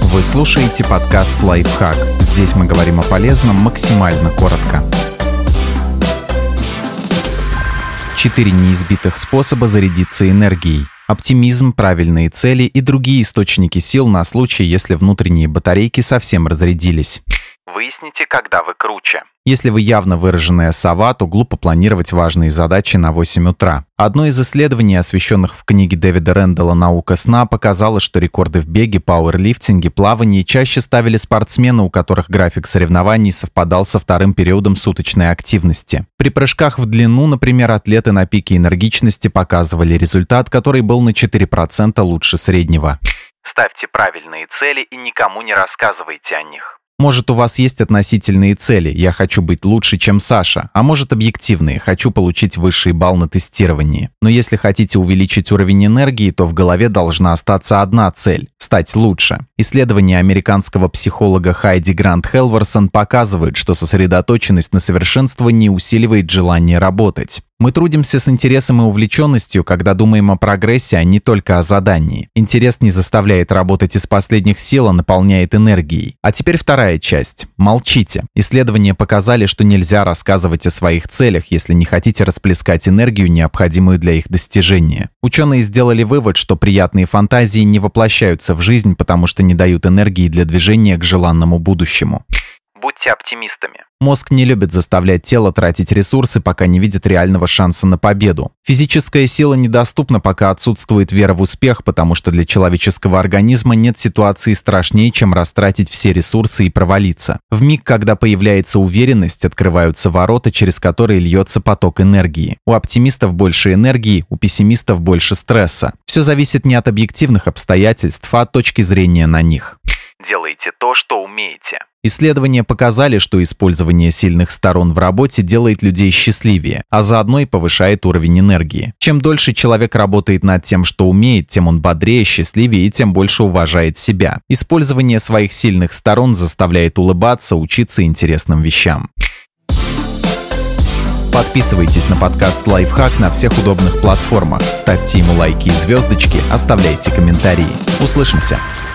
Вы слушаете подкаст «Лайфхак». Здесь мы говорим о полезном максимально коротко. 4 неизбитых способа зарядиться энергией. Оптимизм, правильные цели и другие источники сил на случай, если внутренние батарейки совсем разрядились. Выясните, когда вы круче. Если вы явно выраженная сова, то глупо планировать важные задачи на 8 утра. Одно из исследований, освещенных в книге Дэвида Рэндалла «Наука сна», показало, что рекорды в беге, пауэрлифтинге, плавании чаще ставили спортсмены, у которых график соревнований совпадал со вторым периодом суточной активности. При прыжках в длину, например, атлеты на пике энергичности показывали результат, который был на 4% лучше среднего. Ставьте правильные цели и никому не рассказывайте о них. Может, у вас есть относительные цели «я хочу быть лучше, чем Саша», а может, объективные «хочу получить высший балл на тестировании». Но если хотите увеличить уровень энергии, то в голове должна остаться одна цель – стать лучше. Исследования американского психолога Хайди Грант-Хелверсон показывают, что сосредоточенность на совершенствовании усиливает желание работать. Мы трудимся с интересом и увлеченностью, когда думаем о прогрессе, а не только о задании. Интерес не заставляет работать из последних сил, а наполняет энергией. А теперь вторая часть. Молчите. Исследования показали, что нельзя рассказывать о своих целях, если не хотите расплескать энергию, необходимую для их достижения. Ученые сделали вывод, что приятные фантазии не воплощаются в жизнь, потому что не дают энергии для движения к желанному будущему. Будьте оптимистами. Мозг не любит заставлять тело тратить ресурсы, пока не видит реального шанса на победу. Физическая сила недоступна, пока отсутствует вера в успех, потому что для человеческого организма нет ситуации страшнее, чем растратить все ресурсы и провалиться. В миг, когда появляется уверенность, открываются ворота, через которые льется поток энергии. У оптимистов больше энергии, у пессимистов больше стресса. Все зависит не от объективных обстоятельств, а от точки зрения на них. Делайте то, что умеете. Исследования показали, что использование сильных сторон в работе делает людей счастливее, а заодно и повышает уровень энергии. Чем дольше человек работает над тем, что умеет, тем он бодрее, счастливее и тем больше уважает себя. Использование своих сильных сторон заставляет улыбаться, учиться интересным вещам. Подписывайтесь на подкаст «Лайфхак» на всех удобных платформах, ставьте ему лайки и звездочки, оставляйте комментарии. Услышимся!